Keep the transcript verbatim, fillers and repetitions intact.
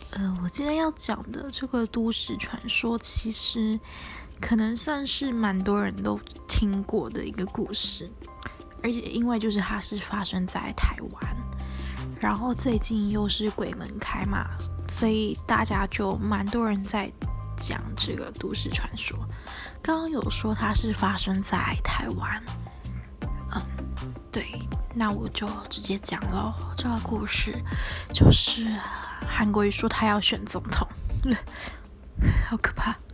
呃，我今天要讲的这个都市传说，其实可能算是蛮多人都听过的一个故事，而且因为就是它是发生在台湾，然后最近又是鬼门开嘛，所以大家就蛮多人在讲这个都市传说。刚刚有说它是发生在台湾，嗯，对，那我就直接讲咯。这个故事就是韩国瑜说他要选总统，好可怕。